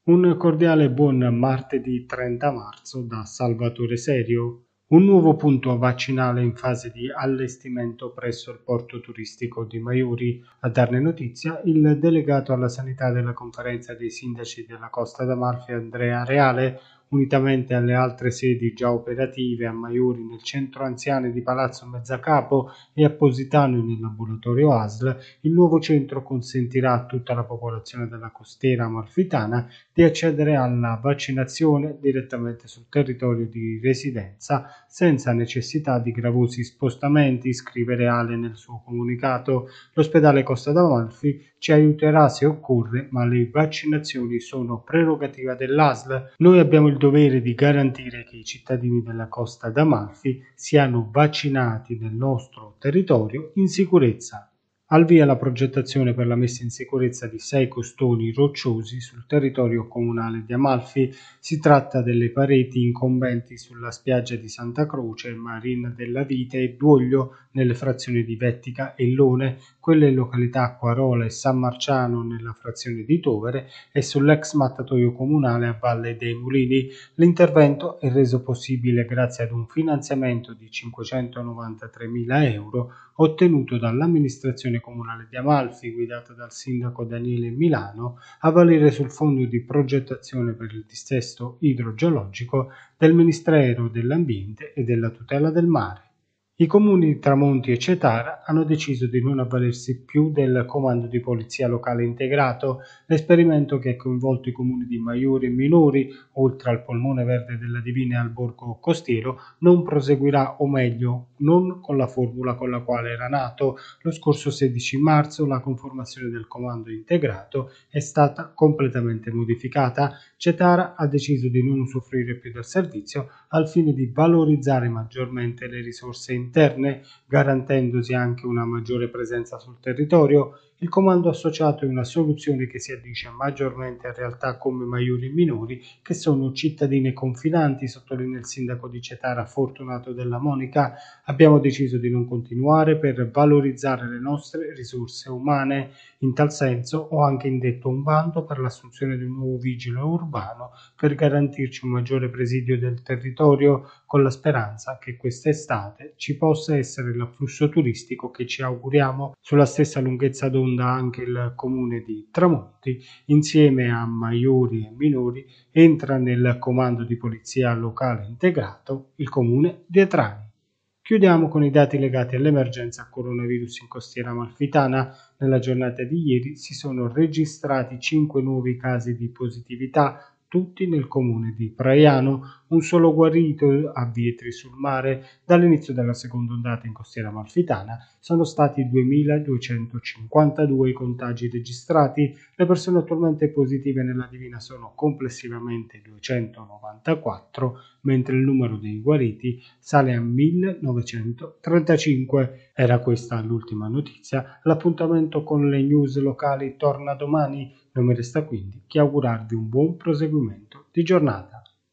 Un cordiale buon martedì 30 marzo da Salvatore Serio. Un nuovo punto vaccinale in fase di allestimento presso il porto turistico di Maiuri. A darne notizia il delegato alla sanità della conferenza dei sindaci della Costa d'Amalfi Andrea Reale, unitamente alle altre sedi già operative a Maiuri nel centro anziani di Palazzo Mezzacapo e a Positano nell'ambulatorio ASL. Il nuovo centro consentirà a tutta la popolazione della costiera amalfitana di accedere alla vaccinazione direttamente sul territorio di residenza senza necessità di gravosi spostamenti, scrive Reale nel suo comunicato. L'ospedale Costa d'Amalfi ci aiuterà se occorre, ma le vaccinazioni sono prerogativa dell'ASL. Noi abbiamo il dovere di garantire che i cittadini della Costa d'Amalfi siano vaccinati nel nostro territorio in sicurezza. Al via la progettazione per la messa in sicurezza di 6 costoni rocciosi sul territorio comunale di Amalfi. Si tratta delle pareti incombenti sulla spiaggia di Santa Croce, Marina della Vite e Duoglio nelle frazioni di Vettica e Lone, quelle in località Quarola e San Marciano nella frazione di Tovere e sull'ex mattatoio comunale a Valle dei Mulini. L'intervento è reso possibile grazie ad un finanziamento di 593.000 euro ottenuto dall'amministrazione comunale di Amalfi, guidata dal sindaco Daniele Milano, a valere sul fondo di progettazione per il dissesto idrogeologico del Ministero dell'Ambiente e della Tutela del Mare. I comuni di Tramonti e Cetara hanno deciso di non avvalersi più del comando di polizia locale integrato. L'esperimento, che ha coinvolto i comuni di Maiuri e Minori, oltre al polmone verde della Divina e al borgo costiero, non proseguirà, o meglio, non con la formula con la quale era nato. Lo scorso 16 marzo la conformazione del comando integrato è stata completamente modificata. Cetara ha deciso di non usufruire più del servizio al fine di valorizzare maggiormente le risorse interne, garantendosi anche una maggiore presenza sul territorio. Il comando associato è una soluzione che si addice maggiormente a realtà come Maiuri e Minori, che sono cittadine confinanti, sottolinea il sindaco di Cetara Fortunato Della Monica. Abbiamo deciso di non continuare per valorizzare le nostre risorse umane. In tal senso ho anche indetto un bando per l'assunzione di un nuovo vigile urbano per garantirci un maggiore presidio del territorio, con la speranza che quest'estate ci possa essere l'afflusso turistico che ci auguriamo. Sulla stessa lunghezza d'onda anche il comune di Tramonti, insieme a Maiori e Minori, entra nel comando di polizia locale integrato il comune di Atrani. Chiudiamo con i dati legati all'emergenza coronavirus in costiera amalfitana. Nella giornata di ieri si sono registrati 5 nuovi casi di positività, tutti nel comune di Praiano, un solo guarito a Vietri sul Mare. Dall'inizio della seconda ondata in costiera amalfitana sono stati 2.252 i contagi registrati. Le persone attualmente positive nella Divina sono complessivamente 294, mentre il numero dei guariti sale a 1935. Era questa l'ultima notizia. L'appuntamento con le news locali torna domani. Non mi resta quindi che augurarvi un buon proseguimento di giornata.